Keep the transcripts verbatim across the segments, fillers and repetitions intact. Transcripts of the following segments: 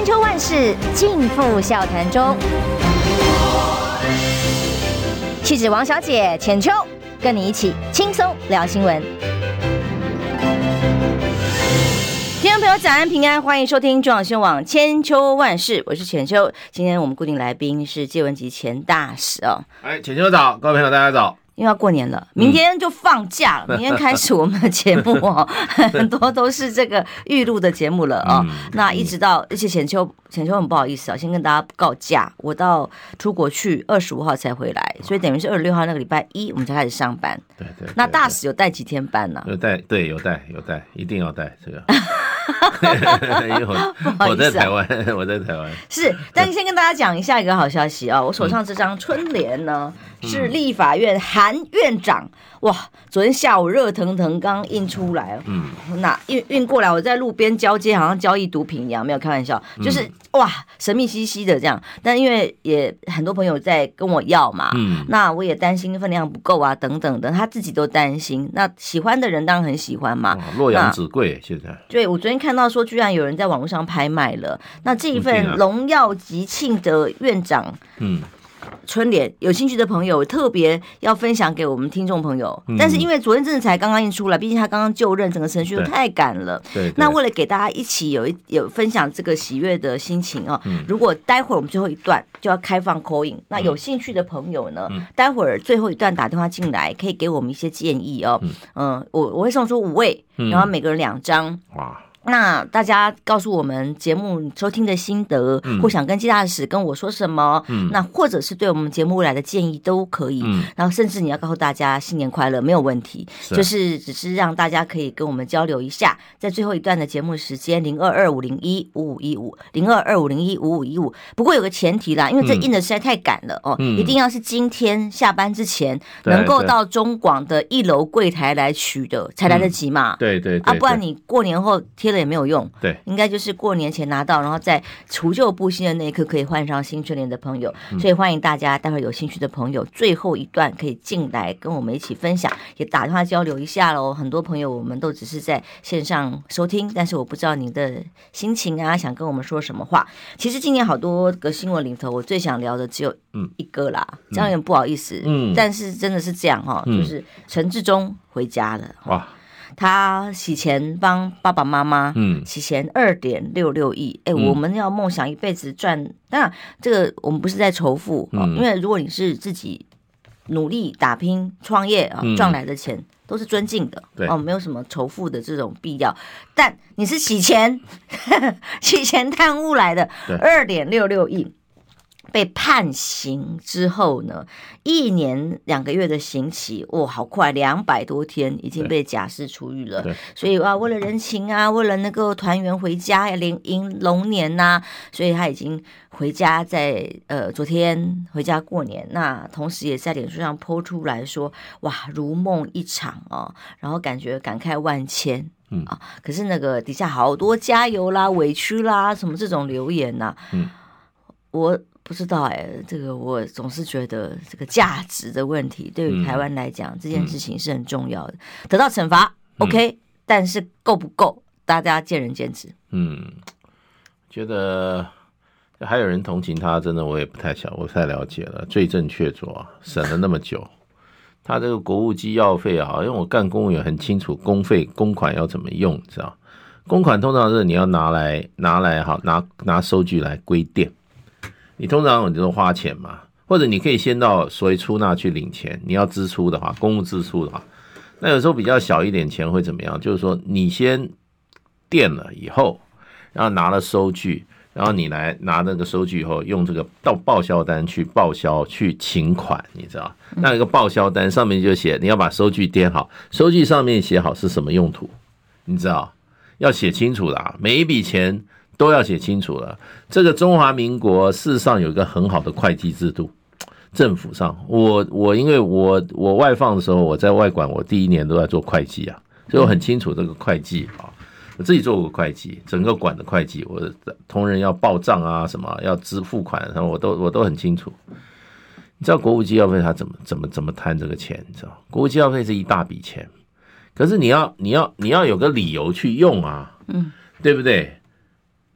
千秋万世尽付笑谈中。气质王小姐浅秋，跟你一起轻松聊新闻。听众朋友早安平安，欢迎收听中广新闻网千秋万世，我是浅秋。今天我们固定来宾是介文集前大使哦。 哎，浅秋早，各位朋友大家早。 因为要过年了，明天就放假了。嗯、明天开始我们的节目哦，很多都是这个预录的节目了哦。嗯、那一直到，而且浅秋，浅秋很不好意思啊，先跟大家告假，我到出国去二十五号才回来，所以等于是二十六号那个礼拜一我们才开始上班。 对 对, 对, 对。 那大使有带几天班呢、啊？ 有带，对，有带，有带，一定要带这个。因为 我, 我在台湾，我在台湾。 是，但是先跟大家讲一下一个好消息啊、哦，我手上这张春联呢。嗯是立法院韩院长，哇！昨天下午热腾腾刚印出来，嗯，那运运过来，我在路边交接，好像交易毒品一样，没有开玩笑，就是、嗯、哇，神秘兮兮的这样。但因为也很多朋友在跟我要嘛，嗯，那我也担心分量不够啊，等等的，他自己都担心。那喜欢的人当然很喜欢嘛， 洛阳纸贵现在。 对，我昨天看到说，居然有人在网络上拍卖了。那这一份荣耀吉庆的院长，嗯。春联有兴趣的朋友特别要分享给我们听众朋友、嗯、但是因为昨天真的才刚刚印出来，毕竟他刚刚就任，整个程序太赶了。对对，那为了给大家一起有有分享这个喜悦的心情啊、哦嗯，如果待会儿我们最后一段就要开放 call in， 那有兴趣的朋友呢、嗯、待会儿最后一段打电话进来可以给我们一些建议哦。嗯，呃、我我会送出五位、嗯、然后每个人两张。哇，那大家告诉我们节目收听的心得、嗯、或想跟季大使跟我说什么、嗯、那或者是对我们节目未来的建议都可以、嗯、然后甚至你要告诉大家新年快乐没有问题，是就是只是让大家可以跟我们交流一下，在最后一段的节目时间零二二五零一五五一五 零二二五零一五五一五。不过有个前提啦，因为这印的实在太赶了、嗯、哦、嗯，一定要是今天下班之前能够到中广的一楼柜台来取的才来得及嘛、嗯、对对 对, 对啊，不然你过年后贴了也没有用。对，应该就是过年前拿到，然后在除旧布新的那一刻可以换上新春联的朋友、嗯、所以欢迎大家待会有兴趣的朋友最后一段可以进来跟我们一起分享，也打电话交流一下咯。很多朋友我们都只是在线上收听，但是我不知道您的心情啊，想跟我们说什么话。其实今年好多个新闻里头，我最想聊的只有一个啦、嗯、这样有点不好意思、嗯、但是真的是这样、哦嗯、就是陈致中回家了。哇，他洗钱帮爸爸妈妈，嗯，洗钱二点六六亿，哎，我们要梦想一辈子赚，当然这个我们不是在仇富、嗯哦、因为如果你是自己努力打拼创业啊、哦、赚来的钱、嗯、都是尊敬的，哦，没有什么仇富的这种必要。但你是洗钱，洗钱贪污来的二点六六亿。被判刑之后呢，一年两个月的刑期，哇，好快，两百多天已经被假释出狱了。所以啊，为了人情啊，为了那个团圆回家，迎迎龙年呐、啊，所以他已经回家在，在呃昨天回家过年。那同时也在脸书上 po 出来说，哇，如梦一场哦，然后感觉感慨万千。嗯啊，可是那个底下好多加油啦、委屈啦什么这种留言呐、啊，嗯，我。不知道哎、欸，这个我总是觉得这个价值的问题对于台湾来讲、嗯，这件事情是很重要的。得到惩罚、嗯、，OK， 但是够不够，大家见仁见智。嗯， 觉得还有人同情他，真的我也不太晓，我不太了解了。罪证确凿，审了那么久，他这个国务机要费啊，因为我干公务员很清楚，公费公款要怎么用，你知道？公款通常是你要拿来拿来好拿拿收据来归店。你通常你就花钱嘛，或者你可以先到所谓出纳去领钱。你要支出的话，公务支出的话，那有时候比较小一点钱会怎么样？就是说你先垫了以后，然后拿了收据，然后你来拿那个收据以后，用这个到报销单去报销去请款，你知道？那有个报销单上面就写你要把收据垫好，收据上面写好是什么用途，你知道？要写清楚啦，每一笔钱。都要写清楚了。这个中华民国事实上有一个很好的会计制度，政府上，我我因为我我外放的时候，我在外管，我第一年都在做会计啊，所以我很清楚这个会计啊。我自己做过会计，整个管的会计，我的同仁要报账啊，什么要支付款，然后我都我都很清楚。你知道国务机要费他怎么怎么怎么摊这个钱？你知道，国务机要费是一大笔钱，可是你要你要你要有个理由去用啊，嗯，对不对？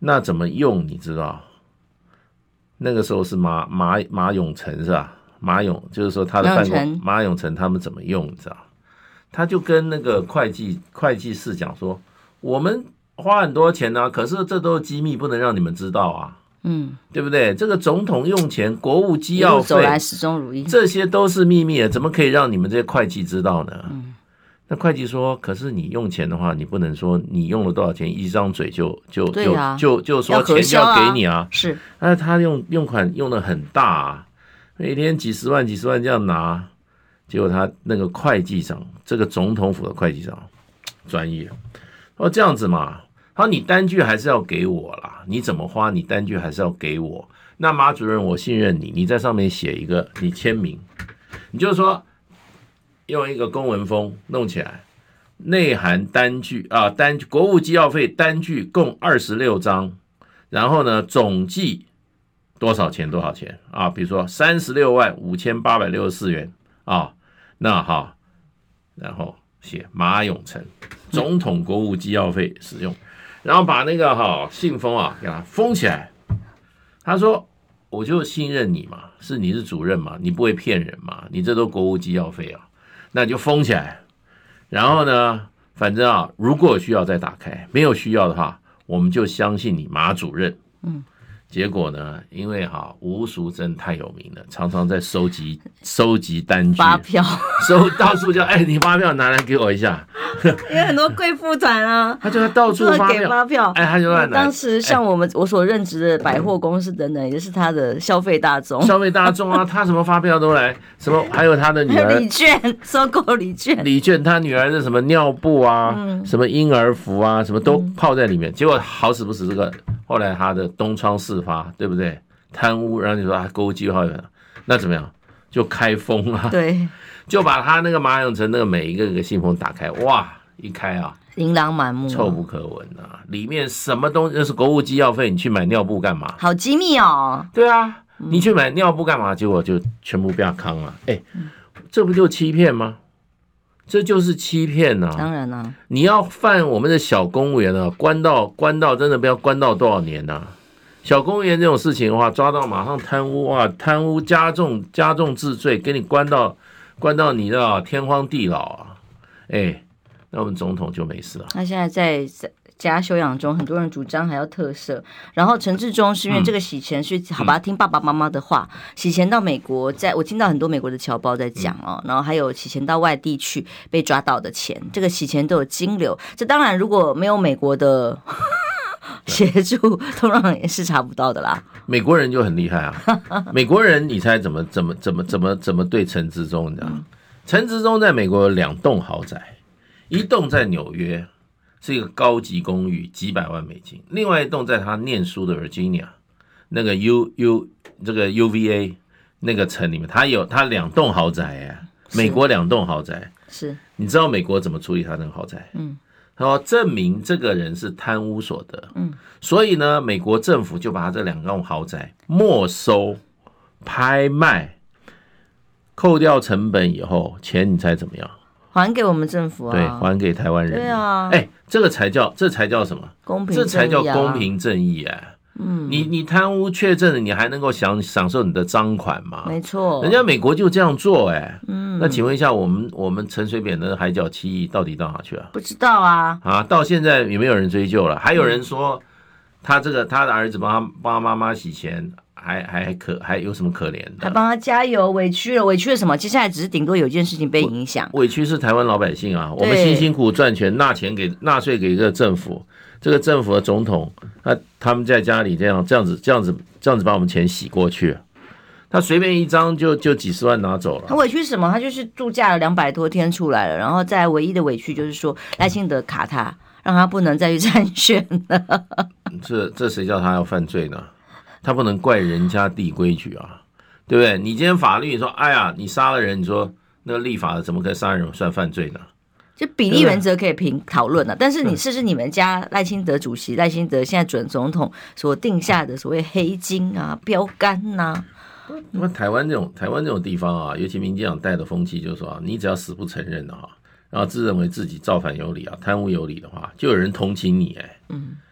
那怎么用你知道？那个时候是马马马永成是吧？马永就是说他的办公马永成他们怎么用你知道？他就跟那个会计会计师讲说，我们花很多钱啊，可是这都是机密，不能让你们知道啊。嗯，对不对？这个总统用钱、国务机要费， 走来始终如一， 这些都是秘密的，怎么可以让你们这些会计知道呢？嗯，那会计说，可是你用钱的话，你不能说你用了多少钱，一张嘴就就就、啊、就就说钱就要给你啊。 是， 但是他用用款用的很大啊，每天几十万、几十万这样拿，结果他那个会计长，这个总统府的会计长专业，哦这样子嘛。好，你单据还是要给我啦，你怎么花，你单据还是要给我。那马主任，我信任你，你在上面写一个，你签名，你就说用一个公文封弄起来，内含单据啊，单国务机要费单据共二十六张，然后呢，总计多少钱多少钱啊？比如说三十六万五千八百六十四元啊，那好，然后写马永成总统国务机要费使用。然后把那个哈信封啊给它封起来。他说：“我就信任你嘛，是你是主任嘛，你不会骗人嘛，你这都国务机要费啊，那就封起来。然后呢，反正啊，如果有需要再打开，没有需要的话，我们就相信你马主任。”嗯。结果呢，因为哈吴淑珍太有名了，常常在收集收集单据、 发票， 收到处叫哎，你发票拿来给我一下。 因为很多贵妇团啊， 他就要到处发票， 给发票， 哎，他就乱拿。 当时像我们、哎、我所任职的百货公司等等，也是他的消费大众， 消费大众啊，他什么发票都来，什么还有他的女儿礼券，收购礼券， 礼券，他女儿的什么尿布啊，嗯、什么婴儿服啊，什么都泡在里面。嗯、结果好死不死，这个后来他的东窗事发，对不对？贪污，然后你说他勾机号，那怎么样？就开封了， 对。 就把他那个马永成那个每一个个信封打开，哇，一开啊， 琳琅满目， 臭不可闻啊！里面什么东西？那是国务机要费，你去买尿布干嘛？ 好机密哦。 对啊，你去买尿布干嘛？结果就全部被他扛了。哎，这不就欺骗吗？这就是欺骗啊！ 当然啊， 你要犯我们的小公务员啊，关到关到真的不要关到多少年啊！小公务员这种事情的话，抓到马上贪污啊，贪污加重加重治罪，给你关到。关到你的天荒地老啊！哎，那我们总统就没事了。 他现在在家休养中，很多人主张还要特赦。然后陈志忠是因为这个洗钱是、嗯、好吧，听爸爸妈妈的话，洗钱到美国，在我听到很多美国的侨胞在讲哦，然后还有洗钱到外地去被抓到的钱，这个洗钱都有金流。这当然如果没有美国的协助，通常也是查不到的啦。 美国人就很厉害啊！美国人，你猜怎么怎么怎么怎么怎么对陈志忠？你知道？嗯、陈志忠在美国有两栋豪宅，一栋在纽约是一个高级公寓，几百万美金；另外一栋在他念书的 Virginia 那个 U U 这个 U V A 那个城里面，他有他两栋豪宅哎，美国两栋豪宅是。 你知道美国怎么处理他那个豪宅？嗯。他说证明这个人是贪污所得，嗯，所以呢，美国政府就把他这两栋豪宅没收、拍卖，扣掉成本以后，钱你猜怎么样？ 还给我们政府啊？ 对，还给台湾人。 对啊， 哎，这个才叫这才叫什么？ 公平正义啊， 这才叫公平正义哎。嗯，你你贪污确证了，你还能够享享受你的赃款吗？ 没错， 人家美国就这样做哎、欸。嗯，那请问一下，我们我们陈水扁的海角七亿到底到哪去了？ 不知道啊。 啊，到现在有没有人追究了？还有人说他这个他的儿子帮他帮他妈妈洗钱，还还可还有什么可怜的？ 还帮他加油，委屈了，委屈了什么？接下来只是顶多有一件事情被影响， 委屈是台湾老百姓啊，我们辛辛苦赚钱纳钱给纳税给一个政府。这个政府的总统，他他们在家里这样这样子这样子这样子把我们钱洗过去，他随便一张就就几十万拿走了。 他委屈什么？他就是度假了两百多天出来了，然后再唯一的委屈就是说赖清德卡他，让他不能再去参选了。 这这谁叫他要犯罪呢？他不能怪人家立规矩啊，对不对？你今天法律你说，哎呀，你杀了人，你说那个立法的怎么可以杀人算犯罪呢？ 就比例原则可以评讨论了，但是你是不是你们家赖清德主席、赖清德现在准总统所定下的所谓黑金啊、标杆呐、啊？ 那么台湾这种台湾这种地方啊，尤其民进党带的风气就是说、啊，你只要死不承认啊，然后自认为自己造反有理啊、贪污有理的话，就有人同情你哎、欸。嗯，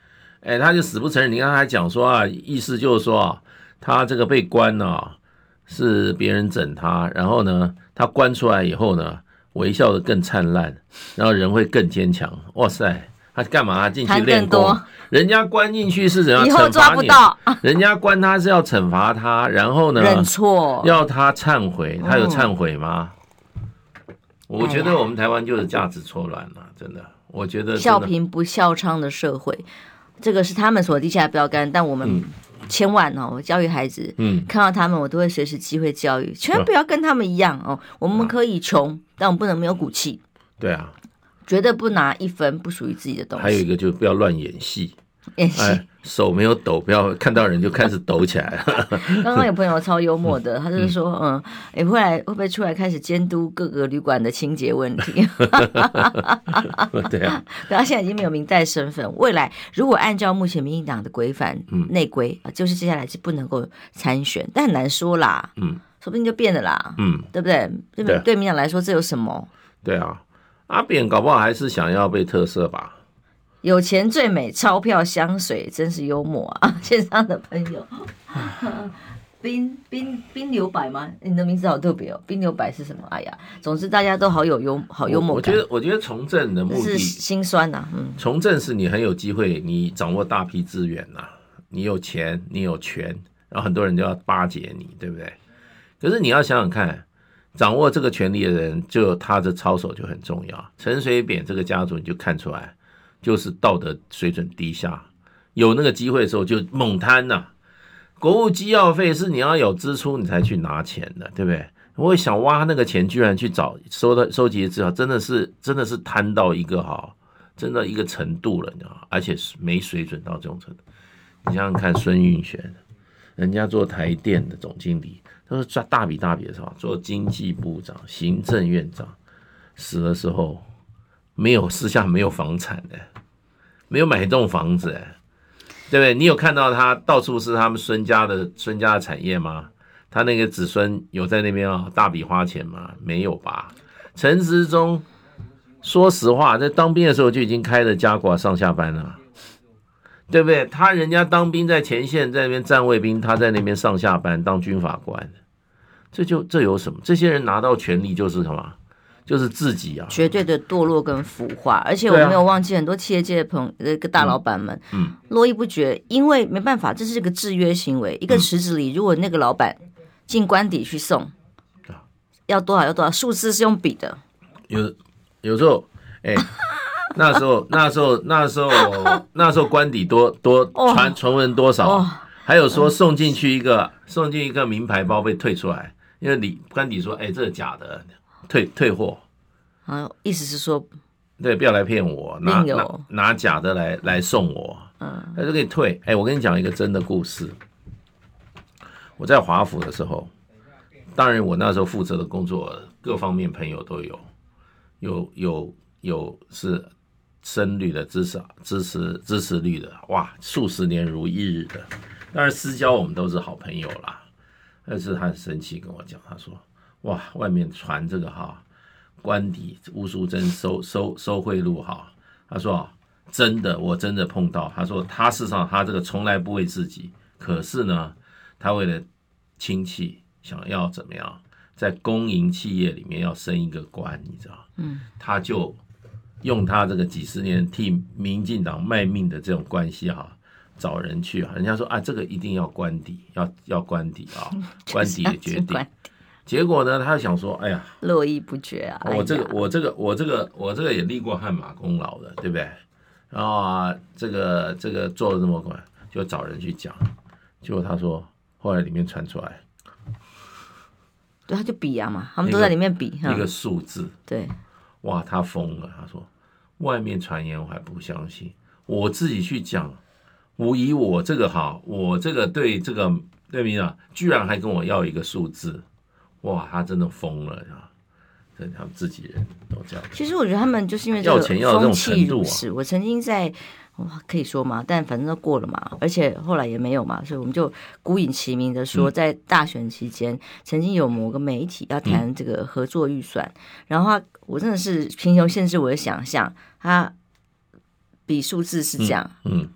哎，他就死不承认。你看他还讲说啊，意思就是说啊，他这个被关啊，是别人整他，然后呢，他关出来以后呢，微笑得更灿烂，然后人会更坚强。哇塞，他干嘛？他进去练功，人家关进去是怎样？ 以后抓不到， 人家关他是要惩罚他，然后呢， 认错， 要他忏悔，他有忏悔吗？嗯、我觉得我们台湾就是价值错乱了，真的。我觉得笑贫不笑娼的社会，这个是他们所立下的标杆，但我们千万哦，我教育孩子，嗯，看到他们我都会随时机会教育，千万不要跟他们一样哦。我们可以穷，但我们不能没有骨气。 对啊， 绝对不拿一分不属于自己的东西。 还有一个就是不要乱演戏。 演戏、哎， 手没有抖，不要看到人就开始抖起来了。 刚刚有朋友超幽默的，他就是说，嗯，哎、嗯，会来会不会出来开始监督各个旅馆的清洁问题？ 对啊， 他现在已经没有民代身份，未来如果按照目前民进党的规范、嗯、内规，就是接下来是不能够参选，但很难说啦，嗯，说不定就变了啦，嗯，对不对？对对，对民进党来说，这有什么？ 对啊，阿扁搞不好还是想要被特赦吧。 有钱最美，钞票香水，真是幽默啊！线上的朋友，冰冰冰流百吗？你的名字好特别哦，冰流百是什么？哎呀，总之大家都好有幽好幽默感。 我觉得，我觉得从政的目的是心酸呐、啊。嗯， 从政是你很有机会，你掌握大批资源呐、啊，你有钱，你有权，然后很多人就要巴结你，对不对？可是你要想想看，掌握这个权力的人，就他的操守就很重要。陈水扁这个家族，你就看出来。就是道德水准低下，有那个机会的时候就猛贪呐、啊。国务机要费是你要有支出你才去拿钱的，对不对？我想挖那个钱，居然去找收的收集的资料，真的是真的是贪到一个哈，真的一个程度了，你知道吗？而且是没水准到这种程度。你想想看，孙运璇，人家做台电的总经理，都是赚大笔大笔的时候，做经济部长、行政院长，死的时候。没有私下没有房产的，没有买一栋房子，对不对？你有看到他到处是他们孙家的孙家的产业吗？他那个子孙有在那边啊大笔花钱吗？没有吧？陈时中说实话，在当兵的时候就已经开了加挂上下班了，对不对？他人家当兵在前线，在那边站卫兵，他在那边上下班当军法官，这就这有什么？这些人拿到权力就是什么？就是自己啊， 绝对的堕落跟腐化，而且我没有忘记很多企业界的朋友、个大老板们，嗯，络绎不绝，因为没办法，这是个制约行为。一个池子里，如果那个老板进官邸去送，要多少要多少，数字是用笔的。 有有时候，哎、欸，那时候那时候那时候那时候官邸多多传传闻多少、哦，还有说送进去一个、嗯、送进一个名牌包被退出来，因为里官邸说，哎、欸，这是假的。退退货， 啊，意思是说， 对，不要来骗我，拿拿拿假的来来送我，嗯，他就可以退。哎，我跟你讲一个真的故事。我在华府的时候，当然我那时候负责的工作，各方面朋友都有，有有有是深绿的支持支持支持绿的，哇，数十年如一日的。当然私交我们都是好朋友啦，但是他很生气跟我讲，他说。哇，外面传这个哈，官邸吴淑珍收收收贿赂哈，他说真的，我真的碰到，他说他事实上他这个从来不为自己，可是呢，他为了亲戚想要怎么样，在公营企业里面要升一个官，你知道，嗯，他就用他这个几十年替民进党卖命的这种关系哈，找人去，人家说啊，这个一定要官邸，要要官邸啊，官邸的决定。结果呢，他想说，哎呀， 络绎不绝啊！ 我这个，我这个，我这个，我这个也立过汗马功劳的，对不对？然后啊，这个这个做了这么快，就找人去讲。结果他说，后来里面传出来， 对，他就比啊嘛，他们都在里面比一个数字， 对， 哇，他疯了。他说，外面传言我还不相信，我自己去讲，我以我这个哈，我这个对这个对民啊，居然还跟我要一个数字。哇，他真的疯了啊！这他们自己人都这样。 其实我觉得他们就是因为这个风气如此。我曾经在，可以说嘛，但反正都过了嘛，而且后来也没有嘛，所以我们就孤影其名的说，在大选期间，曾经有某个媒体要谈这个合作预算，嗯、然后他我真的是贫穷限制我的想象，他比数字是这样，嗯。嗯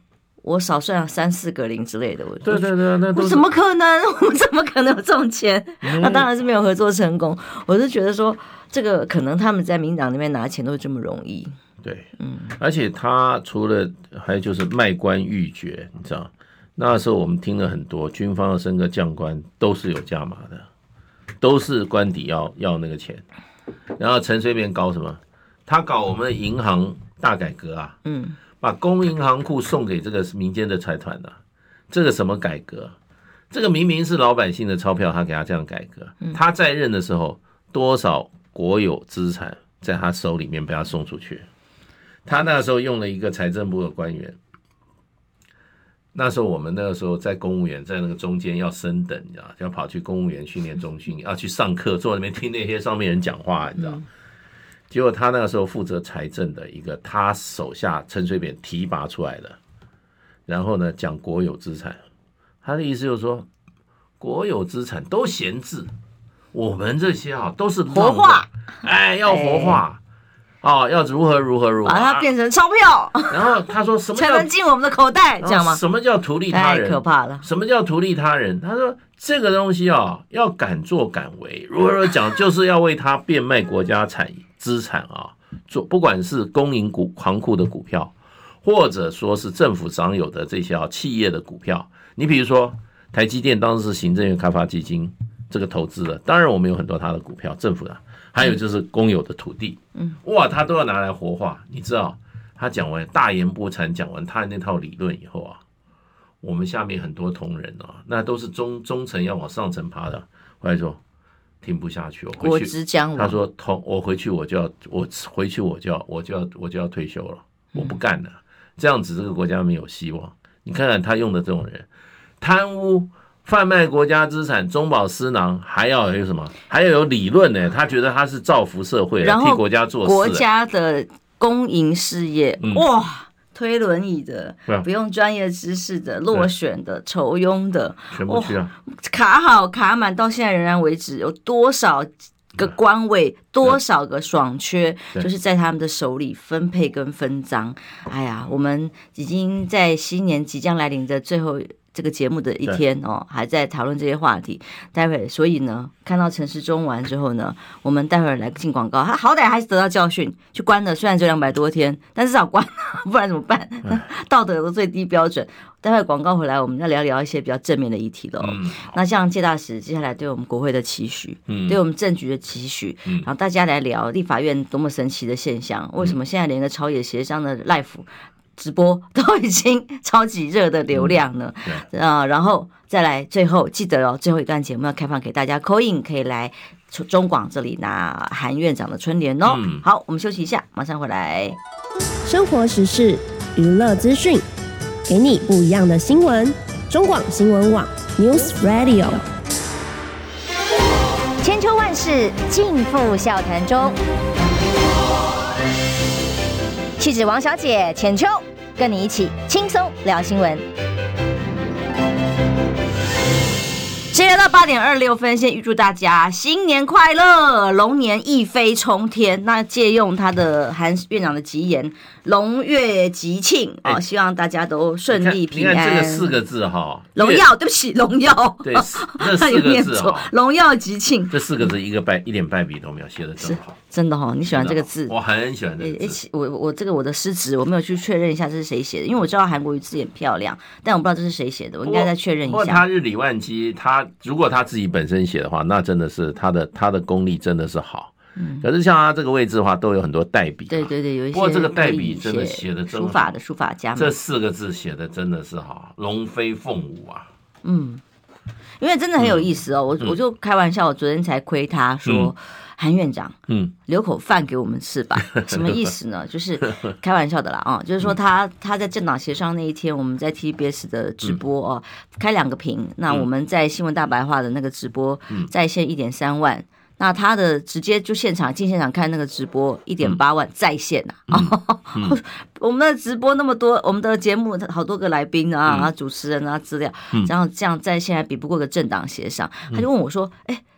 我少算三四个零之类的。我对对对，那都怎么可能？我们怎么可能有这种钱？嗯、那当然是没有合作成功。我是觉得说，这个可能他们在民进党那边拿钱都是这么容易。 对，嗯，而且他除了还有就是卖官鬻爵，你知道，那时候我们听了很多军方的升个将官都是有价码的，都是官邸要要那个钱。然后陈水扁搞什么？他搞我们的银行大改革啊，嗯，把公银行库送给这个民间的财团啊，这个什么改革？这个明明是老百姓的钞票，他给他这样改革。他在任的时候，多少国有资产在他手里面被他送出去？他那时候用了一个财政部的官员，那时候我们那个时候在公务员在那个中间要升等，你知道，要跑去公务员训练中心，要去上课，坐在那边听那些上面人讲话，你知道。嗯、结果他那个时候负责财政的一个，他手下陈水扁提拔出来的，然后呢讲国有资产，他的意思就是说，国有资产都闲置，我们这些啊都是活化， 哎，要活化。哎哦，要如何如何如何， 把它变成钞票， 然后他说什么才能进我们的口袋，这样吗？ 什么叫图利他人？ 太可怕了！ 什么叫图利他人？他说这个东西啊，要敢作敢为。如何说讲，就是要为他变卖国家产资产啊，做不管是公营股行库的股票，或者说是政府掌有的这些啊企业的股票。你比如说台积电当时是行政院开发基金这个投资的，当然我们有很多他的股票，政府的。还有就是公有的土地，嗯，哇，他都要拿来活化。你知道，他讲完大言不惭，讲完他那套理论以后啊，我们下面很多同仁啊，那都是中中层要往上层爬的，后来说听不下去，我回去， 国之将亡。 他说，同我回去我就要，我回去我就要，我就要，我就要退休了，我不干了，这样子这个国家没有希望。你看看他用的这种人，贪污。贩卖国家资产、中饱私囊，还要有什么？还要有理论呢？他觉得他是造福社会，替国家做事。 国家的公营事业，嗯、哇，推轮椅的，不用专业知识的，落选的，酬庸的， 全部去啊！ 卡好卡满，到现在仍然为止，有多少个官位，多少个爽缺，就是在他们的手里分配跟分赃。哎呀，我们已经在新年即将来临的最后。这个节目的一天哦，还在讨论这些话题。待会所以呢，看到陈时中完之后呢，我们待会儿来进广告。他好歹还是得到教训，去关了，虽然只有两百多天，但至少关了，不然怎么办？道德的最低标准。待会广告回来，我们要聊聊一些比较正面的议题喽。嗯、那像介大使接下来对我们国会的期许，嗯、对我们政局的期许，嗯、然后大家来聊立法院多么神奇的现象，为什么现在连个朝野协商的 live。直播都已经超级热的流量呢，嗯呃、然后再来最后记得哦，最后一段节目要开放给大家 call in， 可以来中广这里拿韩院长的春联哦。嗯、好，我们休息一下，马上回来。 生活时事、娱乐资讯，给你不一样的新闻。中广新闻网 News Radio， 千秋万世尽付笑谈中。气质王小姐浅秋，跟你一起轻松聊新闻。 现在到八点二十六分，先预祝大家新年快乐，龙年一飞冲天。那借用他的韩院长的吉言，龙跃吉庆啊、哦，希望大家都顺利平安。 你看这个四个字哈， 荣耀，对不起，荣耀， 对，这四个字哈， 荣耀吉庆， 这四个字一个败一点败笔都没有，写的真好。 真的哈、哦，你喜欢这个字？ 我很喜欢这个字。 我我这个我的失职，我没有去确认一下这是谁写的，因为我知道韩国语字也很漂亮，但我不知道这是谁写的，我应该再确认一下。 不过他日理万机，他如果他自己本身写的话，那真的是他的他的功力真的是好。嗯、可是像他这个位置的话，都有很多代笔、啊。 对对对，有一些。 不过这个代笔真的写的真好， 书法的书法家嘛， 这四个字写的真的是好，龙飞凤舞啊。 嗯，因为真的很有意思哦，我、嗯、我就开玩笑，我昨天才亏他说。嗯韩院长，嗯，留口饭给我们吃吧。什么意思呢？就是开玩笑的啦啊、哦，就是说他他在政党协商那一天，我们在 T B S 的直播哦，开两个屏。那我们在新闻大白话的那个直播在线一点三万，那他的直接就现场进现场看那个直播一点八万在线啊。嗯嗯、我们的直播那么多，我们的节目好多个来宾啊，嗯、主持人啊，资料，然后这样在线还比不过个政党协商。他就问我说：“哎。”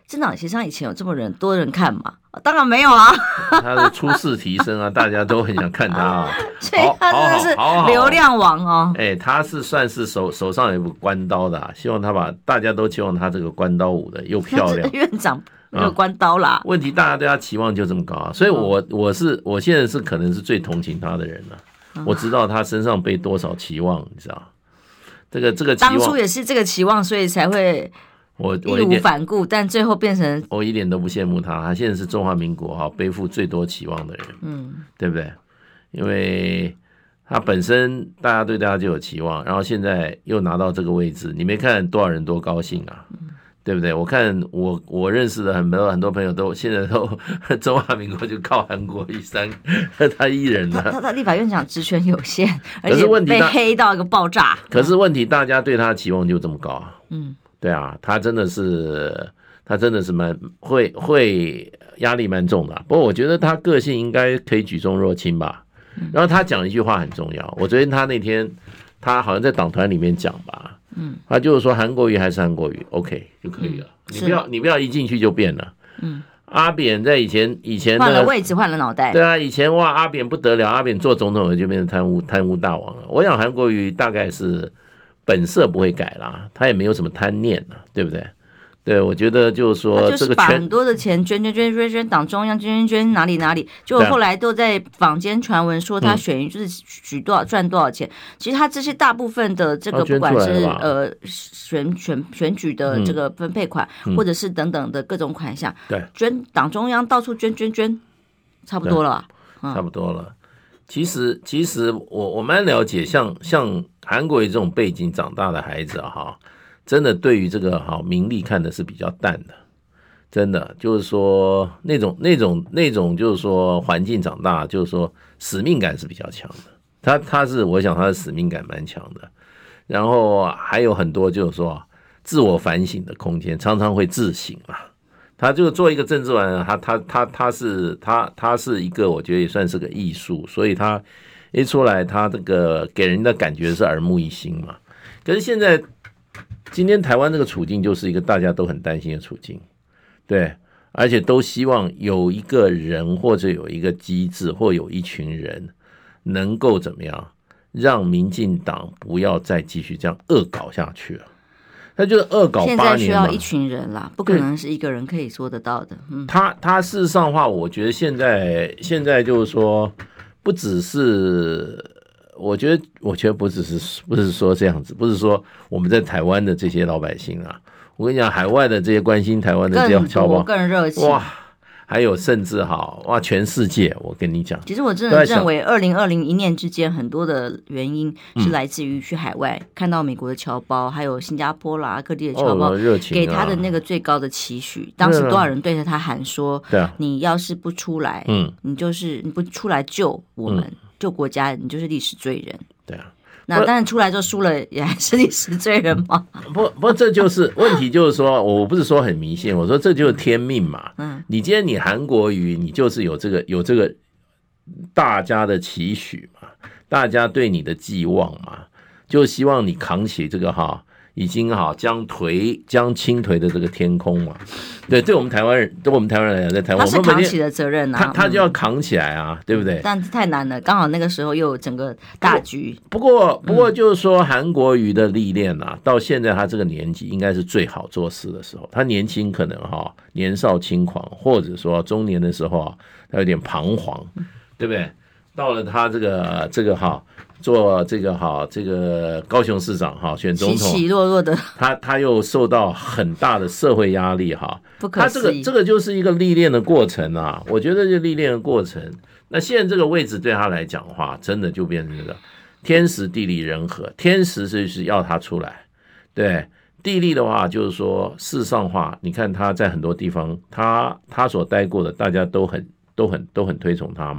政党协商以前有这么人多人看吗？当然没有啊， 他的出世提升啊，大家都很想看他啊， 所以他真的是流量王哦。 哎、欸，他是算是手手上有一部关刀的、啊，希望他把大家都期望他这个关刀舞的又漂亮。 院长没有关刀啦、 啊，问题大家对他期望就这么高啊，所以我我是我现在是可能是最同情他的人了、啊。我知道他身上背多少期望，你知道？这个这个期望当初也是这个期望，所以才会。 我义无反顾，但最后变成我一点都不羡慕他。他现在是中华民国哈背负最多期望的人，嗯，对不对？因为他本身大家对他就有期望，然后现在又拿到这个位置，你没看多少人多高兴啊，嗯、对不对？我看我我认识的很多很多朋友都现在都中华民国就靠韩国瑜三他一人了。 他他立法院长职权有限，而且被黑到一个爆炸。 可是问题大家对他的期望就这么高啊，嗯。对啊，他真的是，他真的是蛮会会压力蛮重的、啊。不过我觉得他个性应该可以举重若轻吧。然后他讲一句话很重要，我昨天他那天他好像在党团里面讲吧，嗯，他就是说韩国瑜还是韩国瑜 ，OK 就可以了。嗯、你不要你不要一进去就变了。嗯，阿扁在以前以前、那個、 换了位置换了脑袋。 对啊，以前哇阿扁不得了，阿扁做总统就变成贪污贪污大王了。我想韩国瑜大概是。本色不会改啦，他也没有什么贪念啦，对不对？对，我觉得就是说， 就是把很多的钱捐捐捐捐捐，党中央捐捐捐哪里哪里，就后来都在坊间传闻说他选就是举多少赚多少钱。嗯、其实他这些大部分的这个不管是呃选选选举的这个分配款，嗯、或者是等等的各种款项， 对， 捐党中央到处捐捐捐，差不多了吧？ 嗯、差不多了。其实，其实我我蛮了解，像像韩国瑜这种背景长大的孩子啊，哈，真的对于这个哈名利看的是比较淡的，真的就是说那种那种那种就是说环境长大，就是说使命感是比较强的。他他是我想他的使命感蛮强的，然后还有很多就是说自我反省的空间，常常会自省嘛。他就做一个政治人，他他他他是他他是一个，我觉得也算是个艺术，所以他一出来，他这个给人的感觉是耳目一新嘛。可是现在今天台湾这个处境就是一个大家都很担心的处境，对，而且都希望有一个人或者有一个机制或有一群人能够怎么样，让民进党不要再继续这样恶搞下去了。他就是恶搞八年嘛， 现在需要一群人啦，不可能是一个人可以做得到的。嗯， 他他事实上的话，我觉得现在现在就是说，不只是，我觉得我觉得不只是不是说这样子，不是说我们在台湾的这些老百姓啊，我跟你讲，海外的这些关心台湾的这些侨胞更热情哇。还有甚至哈哇，全世界我跟你讲， 其实我真的认为，二零二零一念之间，很多的原因是来自于去海外、嗯、看到美国的侨胞，还有新加坡啦各地的侨胞、 哦啊， 给他的那个最高的期许。当时多少人对着他喊说：“啊、你要是不出来，嗯，你就是你不出来救我们、嗯、救国家，你就是历史罪人。”对啊。那当然出来之后输了，也还是历史罪人嘛。 不不，这就是问题，就是说我不是说很迷信，我说这就是天命嘛。嗯，你今天你韩国瑜，你就是有这个有这个大家的期许嘛，大家对你的寄望嘛，就希望你扛起这个哈，已经哈将颓将倾颓的这个天空嘛。对，对我们台湾人，对我们台湾人来讲，在台湾他是扛起的责任啊， 他他就要扛起来啊，嗯、对不对？ 但太难了，刚好那个时候又有整个大局。 不过不过就是说，韩国瑜的历练啊，到现在他这个年纪，应该是最好做事的时候。他年轻可能哈年少轻狂，或者说中年的时候啊，他有点彷徨，对不对？到了他这个这个哈。做这个哈，这个高雄市长哈，选总统， 起起落落的， 他他又受到很大的社会压力哈， 不可思议。 他这个这个就是一个历练的过程啊，我觉得就历练的过程。那现在这个位置对他来讲的话，真的就变成这个天时地利人和，天时就是要他出来，对，地利的话就是说事实上话，你看他在很多地方，他他所待过的，大家都很都很都很推崇他嘛。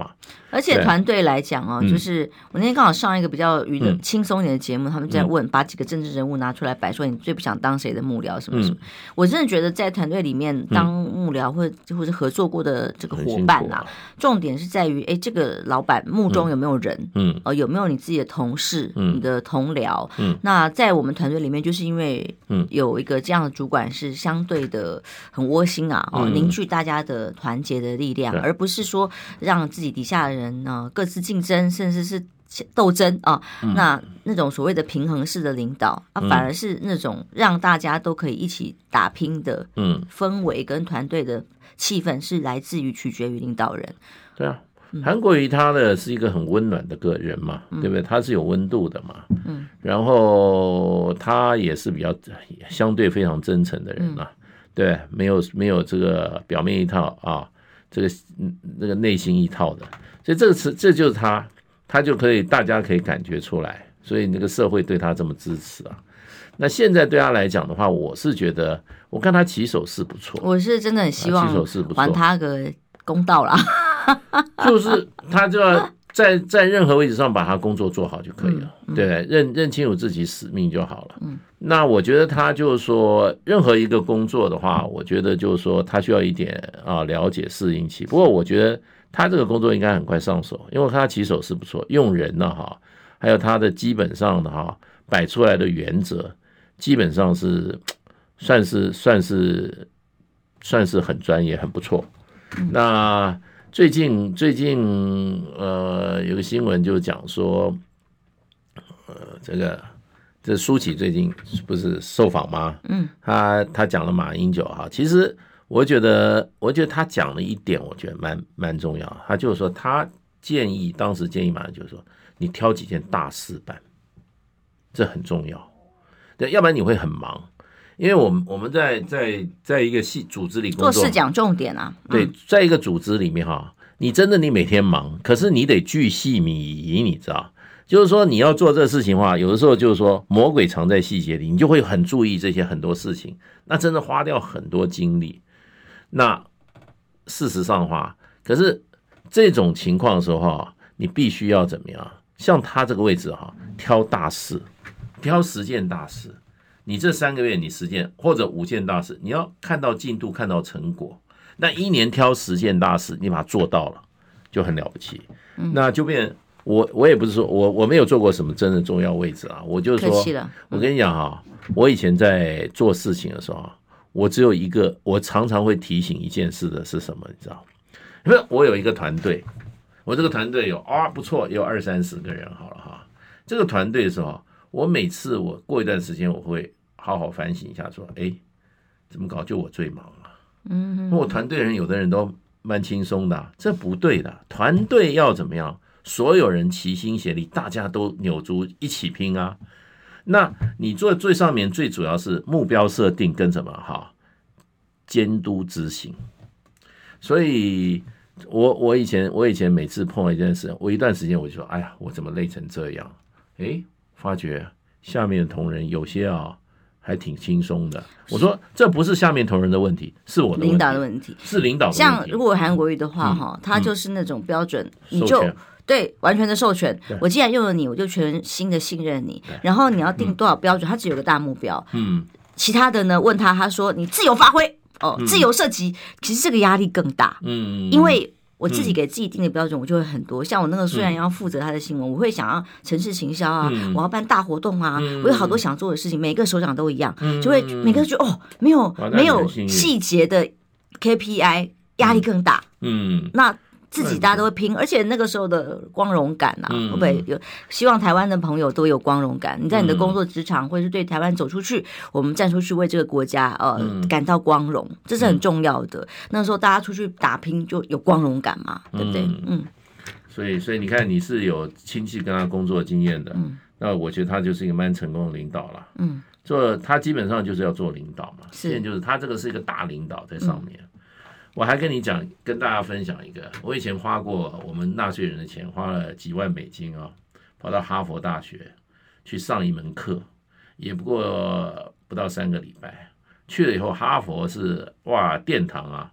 而且团队来讲哦，就是我那天刚好上一个比较娱乐轻松一点的节目，他们在问把几个政治人物拿出来摆，说你最不想当谁的幕僚什么什么。我真的觉得在团队里面当幕僚或者或者合作过的这个伙伴啊，重点是在于哎，这个老板幕中有没有人？嗯，呃，有没有你自己的同事、你的同僚？嗯，那在我们团队里面，就是因为有一个这样的主管是相对的很窝心啊，哦，凝聚大家的团结的力量，而不是说让自己底下的人呢、呃、各自竞争，甚至是斗争啊。嗯、那那种所谓的平衡式的领导啊，反而是那种让大家都可以一起打拼的氛围跟团队的气氛，是来自于取决于领导人。 对啊。韩国瑜他的是一个很温暖的个人嘛，嗯、对不对？他是有温度的嘛，嗯，然后他也是比较相对非常真诚的人嘛，嗯、对，没有没有这个表面一套啊，这个那个内心一套的，所以这个词这就是他，他就可以大家可以感觉出来，所以那个社会对他这么支持啊。那现在对他来讲的话，我是觉得，我看他起手是不错， 我是真的很希望还他个公道啦。 就是他就要在在任何位置上把他工作做好就可以了，嗯嗯、对，认认清楚自己使命就好了。嗯，那我觉得他就是说，任何一个工作的话，我觉得就是说他需要一点啊了解适应期。不过我觉得他这个工作应该很快上手，因为我看他起手是不错，用人呢哈，还有他的基本上的哈摆出来的原则，基本上是算是算是算是很专业，很不错。嗯、那。最近最近呃有个新闻就讲说，呃这个这舒淇最近不是受访吗？嗯，他他讲了马英九哈，其实我觉得我觉得他讲了一点，我觉得蛮蛮重要。他就是说他建议当时建议马英九说，你挑几件大事办，这很重要，对，要不然你会很忙。因为我们我们在在在一个系组织里工作， 做事讲重点啊。 嗯、对，在一个组织里面哈，你真的你每天忙，可是你得巨细靡遗，你知道，就是说你要做这事情的话，有的时候就是说魔鬼藏在细节里，你就会很注意这些很多事情，那真的花掉很多精力。那事实上的话，可是这种情况的时候哈，你必须要怎么样？像他这个位置哈，挑大事，挑十件大事。你这三个月你十件或者五件大事，你要看到进度，看到成果。那一年挑十件大事，你把它做到了，就很了不起。嗯、那就变我我也不是说我我没有做过什么真的重要位置啊，我就说，嗯、我跟你讲哈，我以前在做事情的时候，我只有一个，我常常会提醒一件事的是什么，你知道？因为我有一个团队，我这个团队有啊不错，有二三十个人好了哈。这个团队的时候，我每次我过一段时间，我会好好反省一下，说，哎，怎么搞？就我最忙了。嗯，我团队人有的人都蛮轻松的，啊，这不对的。团队要怎么样？所有人齐心协力，大家都扭足一起拼啊。那你做最上面最主要是目标设定跟什么哈？监督执行。所以我我以前我以前每次碰到一件事，我一段时间我就说，哎呀，我怎么累成这样？哎，发觉下面的同仁有些啊还挺轻松的。我说这不是下面同仁的问题，是我的问题， 领导的问题， 是领导的问题。 像如果韩国瑜的话哈，嗯、他就是那种标准，嗯、你就对完全的授权。我既然用了你，我就全心的信任你。然后你要定多少标准，嗯、他只有个大目标。嗯，其他的呢？问他，他说你自由发挥哦，嗯、自由射击。其实这个压力更大。嗯，因为我自己给自己定的标准，我就会很多。像我那个虽然要负责他的新闻，我会想要城市行销啊，嗯、我要办大活动啊，嗯、我有好多想做的事情，每个首长都一样，嗯、就会每个觉得哦，没有没有细节的 K P I， 压力更大。嗯，那自己大家都会拼，而且那个时候的光荣感啊，嗯、会不会有？希望台湾的朋友都有光荣感。你在你的工作职场，或者是对台湾走出去，我们站出去为这个国家呃、嗯、感到光荣，这是很重要的。那时候大家出去打拼就有光荣感嘛，对不对？嗯。嗯所以，所以你看，你是有亲戚跟他工作经验的，嗯、那我觉得他就是一个蛮成功的领导了。嗯，做他基本上就是要做领导嘛，现在就是他这个是一个大领导在上面。嗯我还跟你讲，跟大家分享一个，我以前花过我们纳税人的钱，花了几万美金啊，跑到哈佛大学去上一门课，也不过不到三个礼拜。去了以后，哈佛是哇殿堂啊，